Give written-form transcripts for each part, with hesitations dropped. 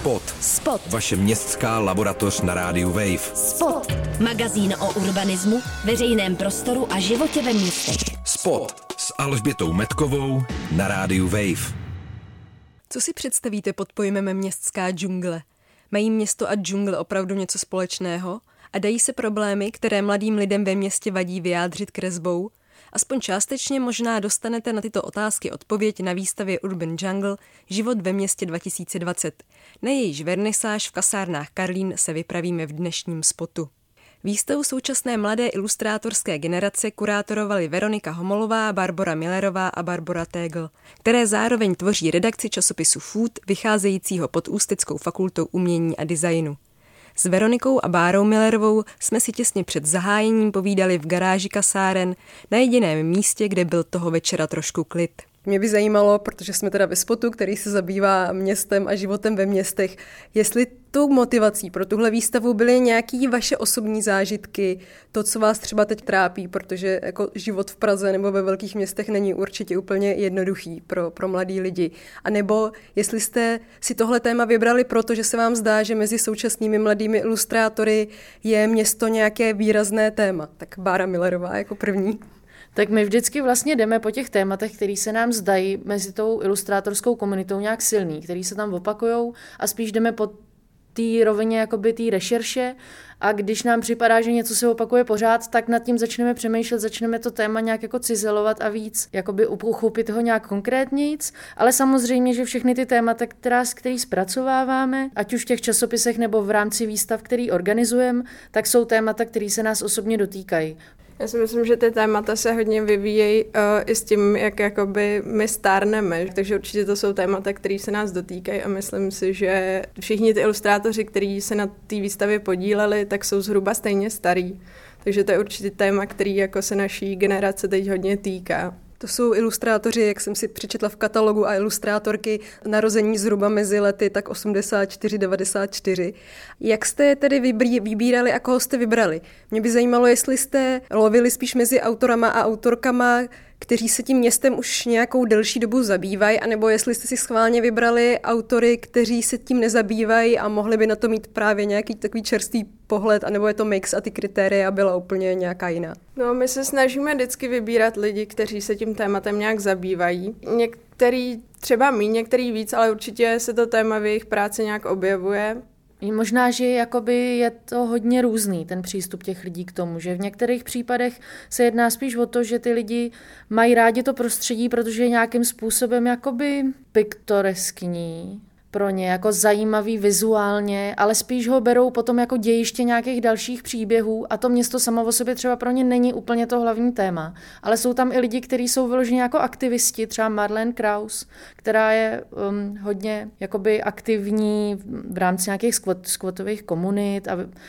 Spot. Vaše městská laboratoř na rádiu Wave. Spot. Magazín o urbanismu, veřejném prostoru a životě ve městech. Spot s Alžbětou Metkovou na rádiu Wave. Co si představíte pod pojmem městská džungle? Mají město a džungle opravdu něco společného? A dají se problémy, které mladým lidem ve městě vadí, vyjádřit kresbou? Aspoň částečně možná dostanete na tyto otázky odpověď na výstavě Urban Jungle Život ve městě 2020. Na jejíž vernisáž v kasárnách Karlín se vypravíme v dnešním spotu. Výstavu současné mladé ilustrátorské generace kurátorovali Veronika Homolová, Barbora Millerová a Barbora Tegl, které zároveň tvoří redakci časopisu Food, vycházejícího pod Ústeckou fakultou umění a designu. S Veronikou a Bárou Millerovou jsme si těsně před zahájením povídali v garáži kasáren na jediném místě, kde byl toho večera trošku klid. Mě by zajímalo, protože jsme teda ve spotu, který se zabývá městem a životem ve městech, jestli tou motivací pro tuhle výstavu byly nějaký vaše osobní zážitky, to, co vás třeba teď trápí, protože jako život v Praze nebo ve velkých městech není určitě úplně jednoduchý pro mladý lidi. A nebo jestli jste si tohle téma vybrali proto, že se vám zdá, že mezi současnými mladými ilustrátory je město nějaké výrazné téma. Tak Bára Millerová jako první. Tak my vždycky vlastně jdeme po těch tématech, které se nám zdají mezi tou ilustrátorskou komunitou nějak silný, který se tam opakujou a spíš jdeme po té rovině jakoby té rešerše a když nám připadá, že něco se opakuje pořád, tak nad tím začneme přemýšlet, začneme to téma nějak jako cizelovat a víc, jakoby uchopit ho nějak konkrétnějc, ale samozřejmě, že všechny ty témata, který zpracováváme, ať už v těch časopisech nebo v rámci výstav, který organizujeme, tak jsou témata, které se nás osobně dotýkají. Já si myslím, že ty témata se hodně vyvíjejí i s tím, jak jakoby my stárneme, takže určitě to jsou témata, které se nás dotýkají a myslím si, že všichni ty ilustrátoři, kteří se na té výstavě podíleli, tak jsou zhruba stejně starý. Takže to je určitě téma, který jako se naší generace teď hodně týká. To jsou ilustrátoři, jak jsem si přečetla v katalogu, a ilustrátorky narození zhruba mezi lety tak 84-94. Jak jste je tedy vybírali a koho jste vybrali? Mě by zajímalo, jestli jste lovili spíš mezi autorama a autorkama, kteří se tím městem už nějakou delší dobu zabývají, anebo jestli jste si schválně vybrali autory, kteří se tím nezabývají a mohli by na to mít právě nějaký takový čerstvý pohled, anebo je to mix a ty kritéria byla úplně nějaká jiná? No, my se snažíme vždycky vybírat lidi, kteří se tím tématem nějak zabývají. Některý třeba míň, některý víc, ale určitě se to téma v jejich práci nějak objevuje. Možná, že jakoby je to hodně různý, ten přístup těch lidí k tomu, že v některých případech se jedná spíš o to, že ty lidi mají rádi to prostředí, protože je nějakým způsobem jakoby piktoreskní pro ně, jako zajímavý vizuálně, ale spíš ho berou potom jako dějiště nějakých dalších příběhů a to město samo o sobě třeba pro ně není úplně to hlavní téma. Ale jsou tam i lidi, kteří jsou vyloženě jako aktivisti, třeba Marlene Kraus, která je hodně jakoby aktivní v rámci nějakých squatových komunit,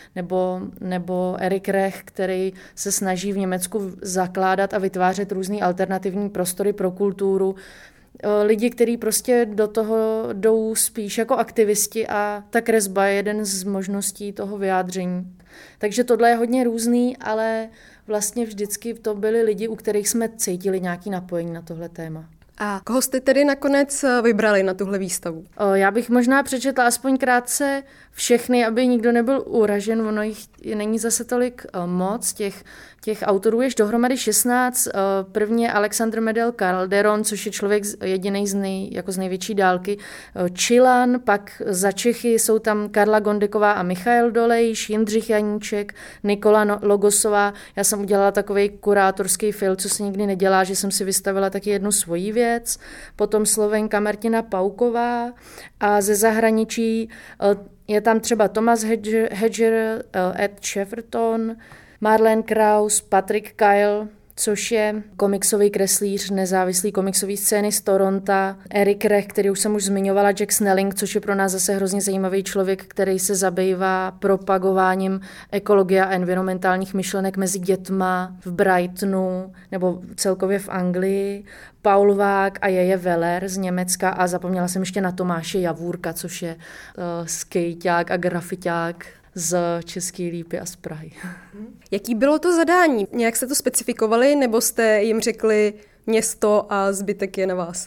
nebo Erik Rech, který se snaží v Německu zakládat a vytvářet různý alternativní prostory pro kulturu. Lidi, kteří prostě do toho jdou spíš jako aktivisti a ta kresba je jeden z možností toho vyjádření. Takže tohle je hodně různý, ale vlastně vždycky to byli lidi, u kterých jsme cítili nějaké napojení na tohle téma. A koho jste tedy nakonec vybrali na tuhle výstavu? Já bych možná přečetla aspoň krátce všechny, aby nikdo nebyl uražen. Ono jich není zase tolik moc. Těch autorů je dohromady 16. První je Alexandr Medel Calderon, což je člověk jediný z největší dálky. Čilan, pak za Čechy jsou tam Karla Gondeková a Michael Dolejš, Jindřich Janíček, Nikola Logosová. Já jsem udělala takový kurátorský film, co se nikdy nedělá, že jsem si vystavila taky jednu svoji věc. Potom Slovenka Martina Pauková a ze zahraničí je tam třeba Thomas Hedger, Ed Shefferton, Marlene Kraus, Patrick Kyle, což je komiksový kreslíř nezávislý komiksový scény z Toronto, Erik Rech, který už jsem už zmiňovala, Jack Snelling, což je pro nás zase hrozně zajímavý člověk, který se zabývá propagováním ekologie a environmentálních myšlenek mezi dětma v Brightonu nebo celkově v Anglii, Paul Vák a Jeje Weller z Německa a zapomněla jsem ještě na Tomáše Javůrka, což je skejťák a grafiťák z České Lípy a z Prahy. Jaký bylo to zadání? Nějak jste to specifikovali, nebo jste jim řekli město a zbytek je na vás? V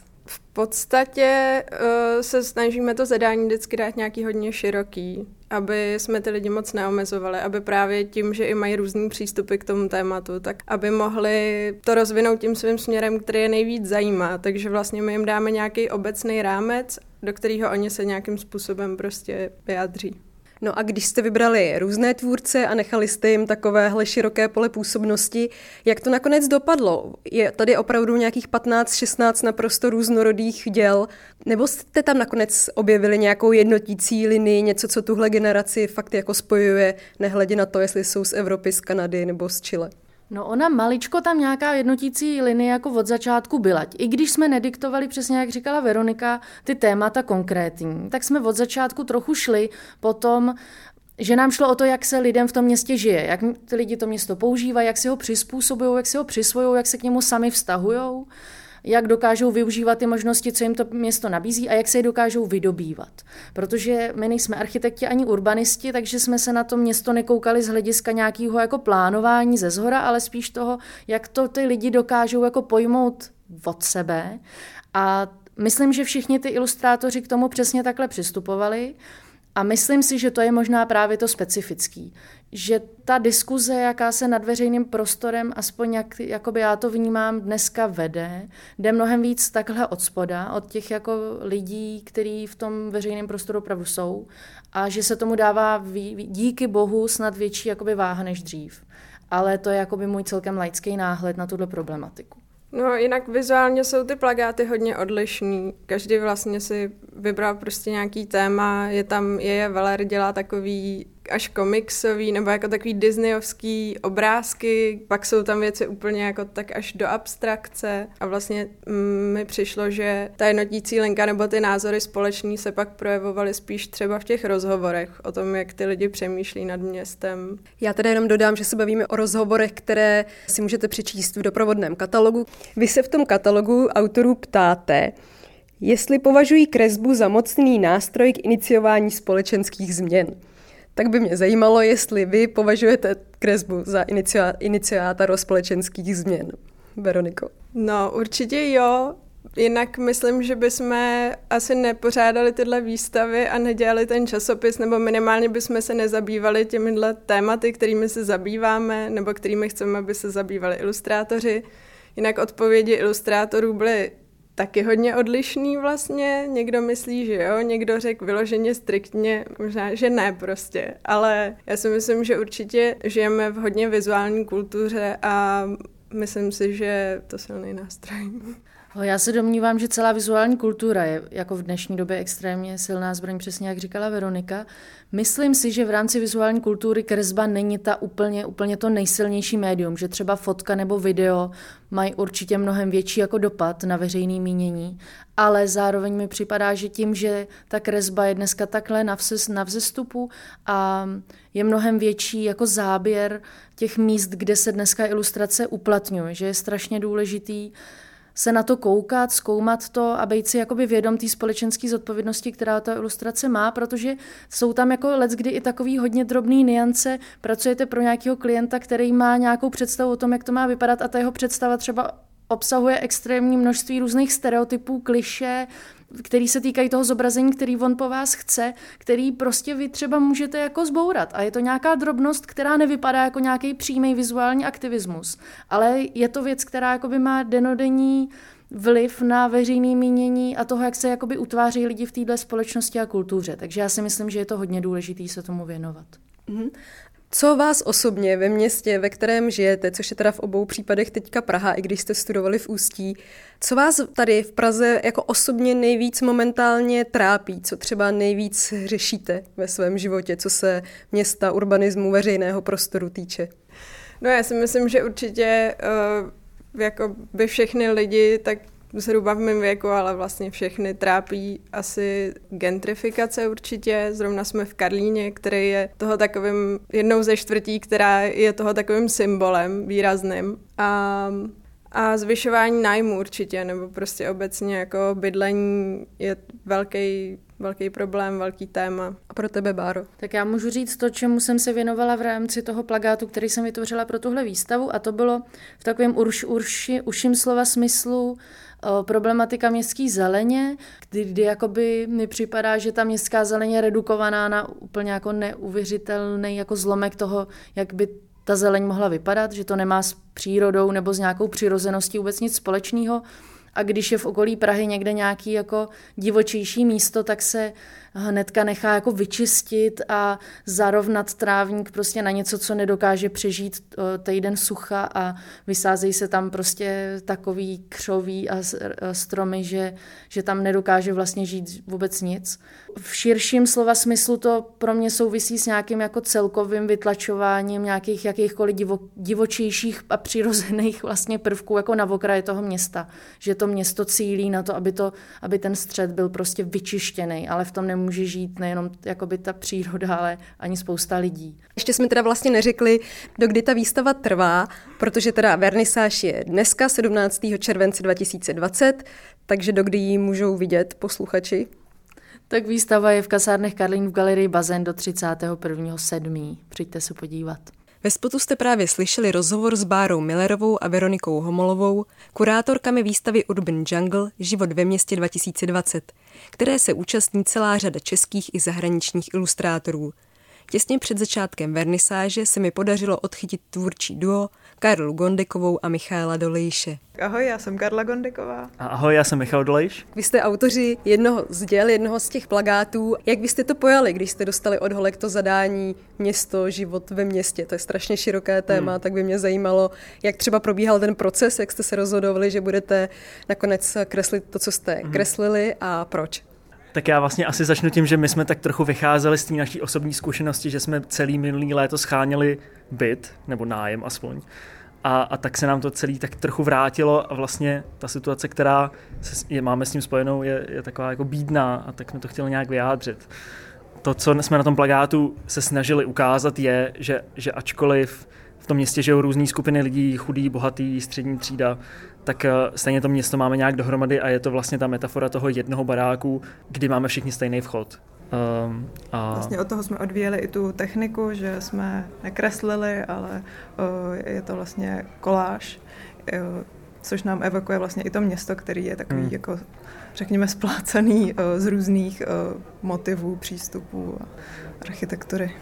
V podstatě se snažíme to zadání vždycky dát nějaký hodně široký, aby jsme ty lidi moc neomezovali, aby právě tím, že i mají různý přístupy k tomu tématu, tak aby mohli to rozvinout tím svým směrem, který je nejvíc zajímá. Takže vlastně my jim dáme nějaký obecný rámec, do kterého oni se nějakým způsobem prostě vyjádří. No a když jste vybrali různé tvůrce a nechali jste jim takovéhle široké pole působnosti, jak to nakonec dopadlo? Je tady opravdu nějakých 15-16 naprosto různorodých děl? Nebo jste tam nakonec objevili nějakou jednotící linii, něco, co tuhle generaci fakt jako spojuje, nehledě na to, jestli jsou z Evropy, z Kanady nebo z Chile? No ona maličko tam nějaká jednotící linie jako od začátku byla. I když jsme nediktovali přesně, jak říkala Veronika, ty témata konkrétní, tak jsme od začátku trochu šli po tom, že nám šlo o to, jak se lidem v tom městě žije, jak ty lidi to město používají, jak si ho přizpůsobují, jak si ho přisvojují, jak se k němu sami vztahujou, jak dokážou využívat ty možnosti, co jim to město nabízí a jak se je dokážou vydobývat. Protože my nejsme architekti ani urbanisti, takže jsme se na to město nekoukali z hlediska nějakého jako plánování ze zhora, ale spíš toho, jak to ty lidi dokážou jako pojmout od sebe. A myslím, že všichni ty ilustrátoři k tomu přesně takhle přistupovali. A myslím si, že to je možná právě to specifický. Že ta diskuze, jaká se nad veřejným prostorem, aspoň jakoby já to vnímám, dneska vede, jde mnohem víc takhle od spoda, od těch jako lidí, kteří v tom veřejném prostoru opravdu jsou, a že se tomu dává díky bohu snad větší jakoby váha než dřív. Ale to je jakoby můj celkem laický náhled na tuto problematiku. No jinak vizuálně jsou ty plakáty hodně odlišný. Každý vlastně si vybral prostě nějaký téma, je tam Weller dělá takový až komiksový nebo jako takový disneyovský obrázky, pak jsou tam věci úplně jako tak až do abstrakce a vlastně mi přišlo, že ta jednotící linka nebo ty názory společný se pak projevovaly spíš třeba v těch rozhovorech o tom, jak ty lidi přemýšlí nad městem. Já teda jenom dodám, že se bavíme o rozhovorech, které si můžete přečíst v doprovodném katalogu. Vy se v tom katalogu autorů ptáte, jestli považují kresbu za mocný nástroj k iniciování společenských změn. Tak by mě zajímalo, jestli vy považujete kresbu za iniciátora společenských změn. Veroniko. No, určitě jo. Jinak myslím, že bychom asi nepořádali tyhle výstavy a nedělali ten časopis, nebo minimálně bychom se nezabývali těmihle tématy, kterými se zabýváme, nebo kterými chceme, aby se zabývali ilustrátoři. Jinak odpovědi ilustrátorů byly taky hodně odlišný vlastně. Někdo myslí, že jo, někdo řekl vyloženě striktně, možná, že ne prostě. Ale já si myslím, že určitě žijeme v hodně vizuální kultuře a myslím si, že to je silný nástroj. Já se domnívám, že celá vizuální kultura je jako v dnešní době extrémně silná zbraň, přesně jak říkala Veronika. Myslím si, že v rámci vizuální kultury kresba není ta úplně to nejsilnější médium, že třeba fotka nebo video mají určitě mnohem větší jako dopad na veřejné mínění, ale zároveň mi připadá, že tím, že ta kresba je dneska takhle na vzestupu a je mnohem větší jako záběr těch míst, kde se dneska ilustrace uplatňuje, že je strašně důležitý se na to koukat, zkoumat to a být si jakoby vědom té společenské zodpovědnosti, která ta ilustrace má, protože jsou tam jako leckdy i takový hodně drobný nuance. Pracujete pro nějakého klienta, který má nějakou představu o tom, jak to má vypadat a ta jeho představa třeba obsahuje extrémní množství různých stereotypů, klišé, který se týkají toho zobrazení, který on po vás chce, který prostě vy třeba můžete jako zbourat. A je to nějaká drobnost, která nevypadá jako nějaký přímý vizuální aktivismus, ale je to věc, která jakoby má dennodenní vliv na veřejné mínění a toho, jak se jakoby utváří lidi v této společnosti a kultuře. Takže já si myslím, že je to hodně důležité se tomu věnovat. Mm-hmm. Co vás osobně ve městě, ve kterém žijete, což je teda v obou případech teďka Praha, i když jste studovali v Ústí, co vás tady v Praze jako osobně nejvíc momentálně trápí, co třeba nejvíc řešíte ve svém životě, co se města, urbanismu, veřejného prostoru týče? No já si myslím, že určitě jako by všechny lidi, tak zhruba v mém věku, ale vlastně všechny trápí asi gentrifikace určitě. Zrovna jsme v Karlíně, který je toho takovým jednou ze čtvrtí, která je toho takovým symbolem výrazným. A zvyšování nájmu určitě, nebo prostě obecně jako bydlení je velký problém, velký téma. A pro tebe, Báro? Tak já můžu říct to, čemu jsem se věnovala v rámci toho plakátu, který jsem vytvořila pro tuhle výstavu, a to bylo v takovém užším slova smyslu problematika městské zeleně, kdy jakoby mi připadá, že ta městská zeleň je redukovaná na úplně jako neuvěřitelný jako zlomek toho, jak by ta zeleň mohla vypadat, že to nemá s přírodou nebo s nějakou přirozeností vůbec nic společného. A když je v okolí Prahy někde nějaký jako divočejší místo, tak se hnedka nechá jako vyčistit a zarovnat trávník prostě na něco, co nedokáže přežít týden sucha, a vysázejí se tam prostě takový křoví a stromy, že tam nedokáže vlastně žít vůbec nic. V širším slova smyslu to pro mě souvisí s nějakým jako celkovým vytlačováním nějakých jakýchkoliv divočejších a přirozených vlastně prvků jako na okraji toho města. Že to město cílí na to, aby ten střed byl prostě vyčištěný, ale v tom nemůže žít nejenom jakoby ta příroda, ale ani spousta lidí. Ještě jsme teda vlastně neřekli, dokdy ta výstava trvá, protože teda vernisáž je dneska 17. července 2020, takže dokdy ji můžou vidět posluchači? Tak výstava je v kasárnech Karlín v galerii Bazén do 31.7. Přijďte se podívat. Ve spotu jste právě slyšeli rozhovor s Bárou Millerovou a Veronikou Homolovou, kurátorkami výstavy Urban Jungle Život ve městě 2020, které se účastní celá řada českých i zahraničních ilustrátorů. Těsně před začátkem vernisáže se mi podařilo odchytit tvůrčí duo Karlu Gondekovou a Michaela Dolejše. Ahoj, já jsem Karla Gondeková. A ahoj, já jsem Michal Dolejš. Vy jste autoři jednoho z děl, jednoho z těch plakátů. Jak byste to pojali, když jste dostali od Holek to zadání Město, život ve městě? To je strašně široké téma, tak by mě zajímalo, jak třeba probíhal ten proces, jak jste se rozhodovali, že budete nakonec kreslit to, co jste kreslili, a proč? Tak já vlastně asi začnu tím, že my jsme tak trochu vycházeli z té naší osobní zkušenosti, že jsme celý minulý léto scháněli byt, nebo nájem aspoň. A tak se nám to celý tak trochu vrátilo a vlastně ta situace, která máme s tím spojenou, je taková jako bídná, a tak jsme to chtěli nějak vyjádřit. To, co jsme na tom plakátu se snažili ukázat, je, že ačkoliv v tom městě žijou různé skupiny lidí, chudý, bohatý, střední třída, tak stejně to město máme nějak dohromady a je to vlastně ta metafora toho jednoho baráku, kdy máme všichni stejný vchod. Vlastně od toho jsme odvíjeli i tu techniku, že jsme nekreslili, ale je to vlastně koláž, což nám evokuje vlastně i to město, který je takový jako, řekněme, splácaný z různých motivů, přístupů a architektury.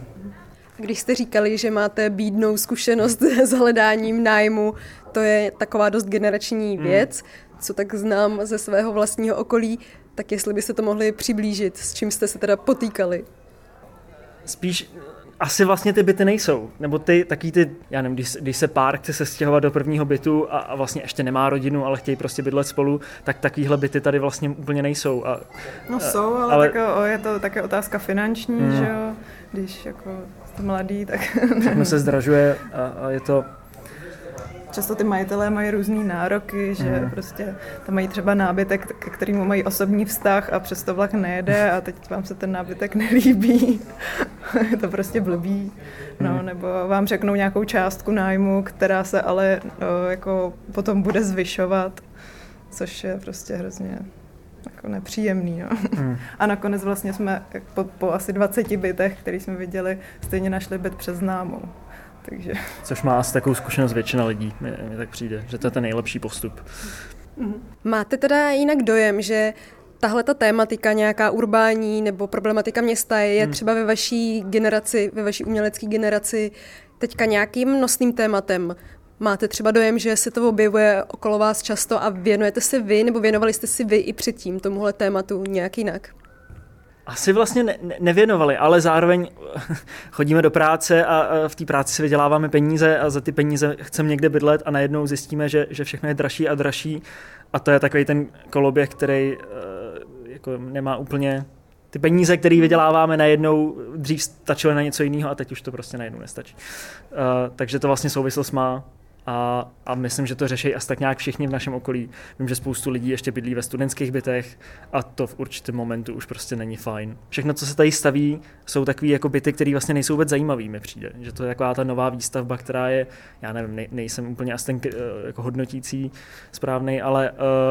Když jste říkali, že máte bídnou zkušenost s hledáním nájmu, to je taková dost generační věc, co tak znám ze svého vlastního okolí, tak jestli byste to mohli přiblížit, s čím jste se teda potýkali? Spíš asi vlastně ty byty nejsou, nebo já nevím, když se pár chce se stěhovat do prvního bytu a vlastně ještě nemá rodinu, ale chtějí prostě bydlet spolu, tak takovýhle byty tady vlastně úplně nejsou. Jsou, ale tak je to také otázka finanční, že jo, když jako jste mladý, tak... Všechno se zdražuje a je to... Často ty majitelé mají různý nároky, že prostě tam mají třeba nábytek, ke kterému mají osobní vztah a přesto vlak nejede a teď vám se ten nábytek nelíbí. Je to prostě blbý. No, nebo vám řeknou nějakou částku nájmu, která se ale jako potom bude zvyšovat, což je prostě hrozně jako nepříjemný. No. A nakonec vlastně jsme po asi 20 bytech, který jsme viděli, stejně našli byt přes známou. Takže. Což má asi takovou zkušenost většina lidí, mi tak přijde, že to je ten nejlepší postup. Máte teda jinak dojem, že tahle ta tématika nějaká urbání nebo problematika města je třeba ve vaší generaci, ve vaší umělecké generaci teďka nějakým nosným tématem? Máte třeba dojem, že se to objevuje okolo vás často a věnujete se vy, nebo věnovali jste si vy i předtím tomuhle tématu nějak jinak? Asi vlastně nevěnovali, ale zároveň chodíme do práce a v té práci si vyděláváme peníze a za ty peníze chceme někde bydlet a najednou zjistíme, že všechno je dražší a dražší a to je takový ten koloběh, který jako nemá úplně... Ty peníze, které vyděláváme najednou, dřív stačily na něco jiného a teď už to prostě najednou nestačí. Takže to vlastně souvislost má. A myslím, že to řeší asi tak nějak všichni v našem okolí. Vím, že spoustu lidí ještě bydlí ve studentských bytech a to v určitém momentu už prostě není fajn. Všechno, co se tady staví, jsou takový jako byty, které vlastně nejsou vůbec zajímavý, mi přijde. Že to je taková ta nová výstavba, která je, já nevím, nejsem úplně asi ten jako hodnotící správnej, ale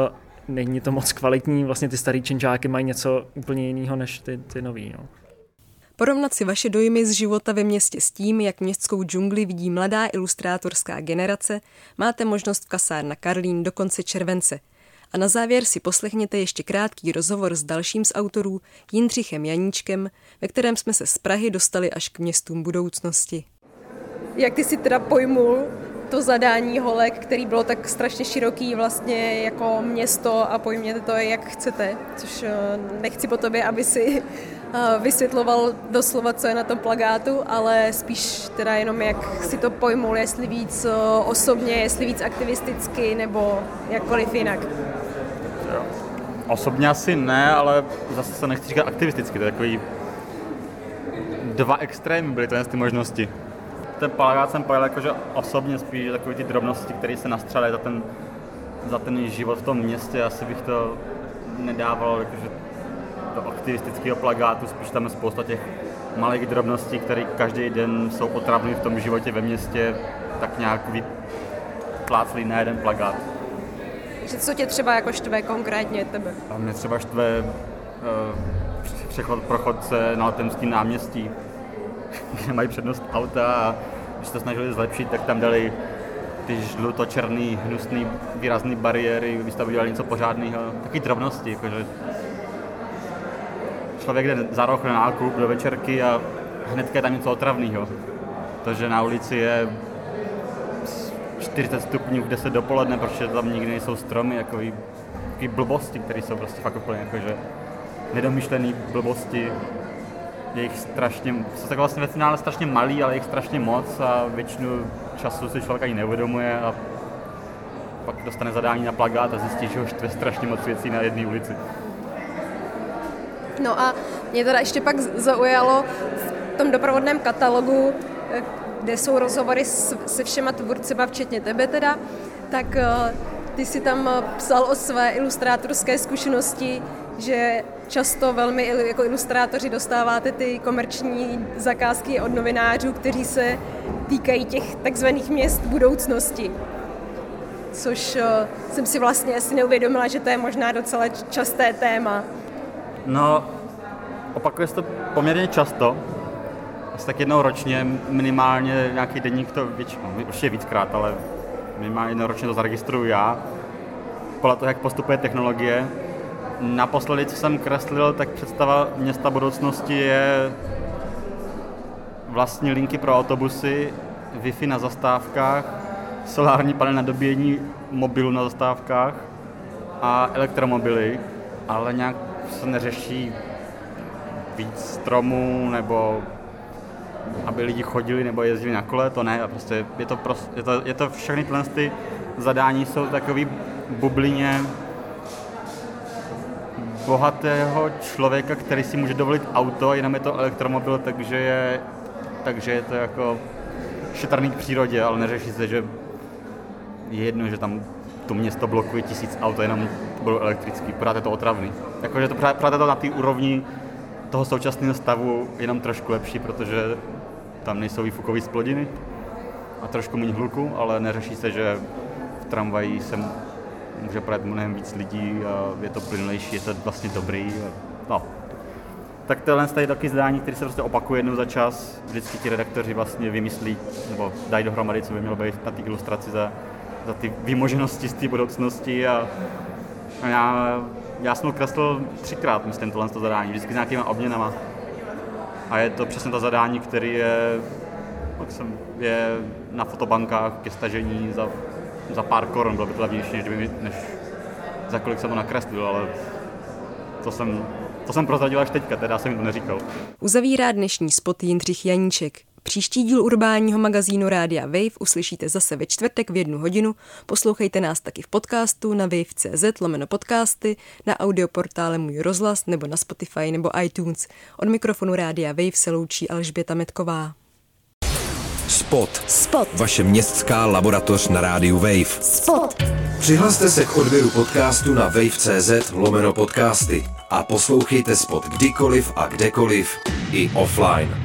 není to moc kvalitní, vlastně ty starý činžáky mají něco úplně jiného než ty nový. No. Porovnat si vaše dojmy z života ve městě s tím, jak městskou džungli vidí mladá ilustrátorská generace, máte možnost v kasárna Karlín do konce července. A na závěr si poslechněte ještě krátký rozhovor s dalším z autorů, Jindřichem Janíčkem, ve kterém jsme se z Prahy dostali až k městům budoucnosti. Jak ty si teda pojmul to zadání Holek, který bylo tak strašně široký vlastně jako město a pojměte to, jak chcete, což nechci po tobě, aby si vysvětloval doslova, co je na tom plakátu, ale spíš teda jenom jak si to pojmul, jestli víc osobně, jestli víc aktivisticky nebo jakkoliv jinak. Jo. Osobně asi ne, ale zase se nechci říkat aktivisticky, to je takový dva extrémy byly ty možnosti. Ten plakát jsem pojel jakože osobně spíš takové ty drobnosti, které se nastřelí za ten život v tom městě, asi bych to nedával jakože do aktivistického plakátu, spíš tam je spousta těch malých drobností, které každý den jsou otravný v tom životě ve městě, tak nějak vypláclí na jeden plakát. Co tě třeba jako štve konkrétně tebe? A mě třeba štve přechod pro chodce na Letenském náměstí, kde mají přednost auta a když se to snažili zlepšit, tak tam dali ty žluto-černý, hnusný, výrazný bariéry, když tam udělali něco pořádného. Taky drobnosti, jakože člověk jde za roh na nákup do večerky a hnedka je tam něco otravného. To, že na ulici je 40 stupňů v 10 dopoledne, protože tam nikdy nejsou stromy, takový blbosti, které jsou prostě fakt úplně jakože nedomyšlený blbosti. Je jich strašně, jsou tak vlastně ve finále strašně malý, ale je jich strašně moc a většinu času si člověk ani neuvědomuje a pak dostane zadání na plakát a zjistí, že ho štve strašně moc věcí na jedné ulici. No a mě teda ještě pak zaujalo v tom doprovodném katalogu, kde jsou rozhovory se všema tvůrcema, včetně tebe teda, tak ty si tam psal o své ilustrátorské zkušenosti, že často velmi jako ilustrátoři dostáváte ty komerční zakázky od novinářů, kteří se týkají těch takzvaných měst budoucnosti. Což jsem si vlastně asi neuvědomila, že to je možná docela časté téma. No, opakuje se to poměrně často. Asi tak jednou ročně, minimálně nějaký deník to určitě víckrát, ale minimálně jednou ročně to zaregistruju já. Podle toho, jak postupuje technologie. Naposledy, co jsem kreslil, tak představa města budoucnosti je vlastní linky pro autobusy, Wi-Fi na zastávkách, solární panel na dobíjení mobilů na zastávkách a elektromobily, ale nějak se neřeší víc stromů nebo aby lidi chodili nebo jezdili na kole, to ne, a prostě je to všechny ty zadání jsou takový bublině bohatého člověka, který si může dovolit auto, jenom je to elektromobil, takže je to jako šetrný k přírodě, ale neřeší se, že je jedno, že tam to město blokuje 1000 aut, jenom budou elektrický, pořád je to otravný. Jakože to pořád je to na té úrovni toho současného stavu jenom trošku lepší, protože tam nejsou výfukové zplodiny a trošku méně hluku, ale neřeší se, že v tramvaji se může projet mnohem víc lidí a je to plynulejší, je to vlastně dobrý. No. Tak tohle je taky zadání, které se prostě opakuje jednou za čas. Vždycky ti redaktoři vlastně vymyslí nebo dají dohromady, co by mělo být na té ilustraci za ty výmoženosti z té budoucnosti a já jsem kreslil 3krát, myslím, tohle zadání, vždycky s nějakýma obměnama. A je to přesně to zadání, které je na fotobankách ke stažení za pár korun, bylo by to levnější, než za kolik jsem to nakreslil, ale to jsem prozradil až teďka, teda jsem jim to neříkal. Uzavírá dnešní spot Jindřich Janíček. Příští díl urbánního magazínu Rádia Wave uslyšíte zase ve čtvrtek v 1 hodinu. Poslouchejte nás taky v podcastu na wave.cz/podcasty, na audioportále Můj rozhlas nebo na Spotify nebo iTunes. Od mikrofonu Rádia Wave se loučí Alžběta Metková. Spot. Vaše městská laboratoř na rádiu Wave. Spot. Přihlaste se k odběru podcastu na wave.cz/podcasty a poslouchejte Spot kdykoliv a kdekoliv i offline.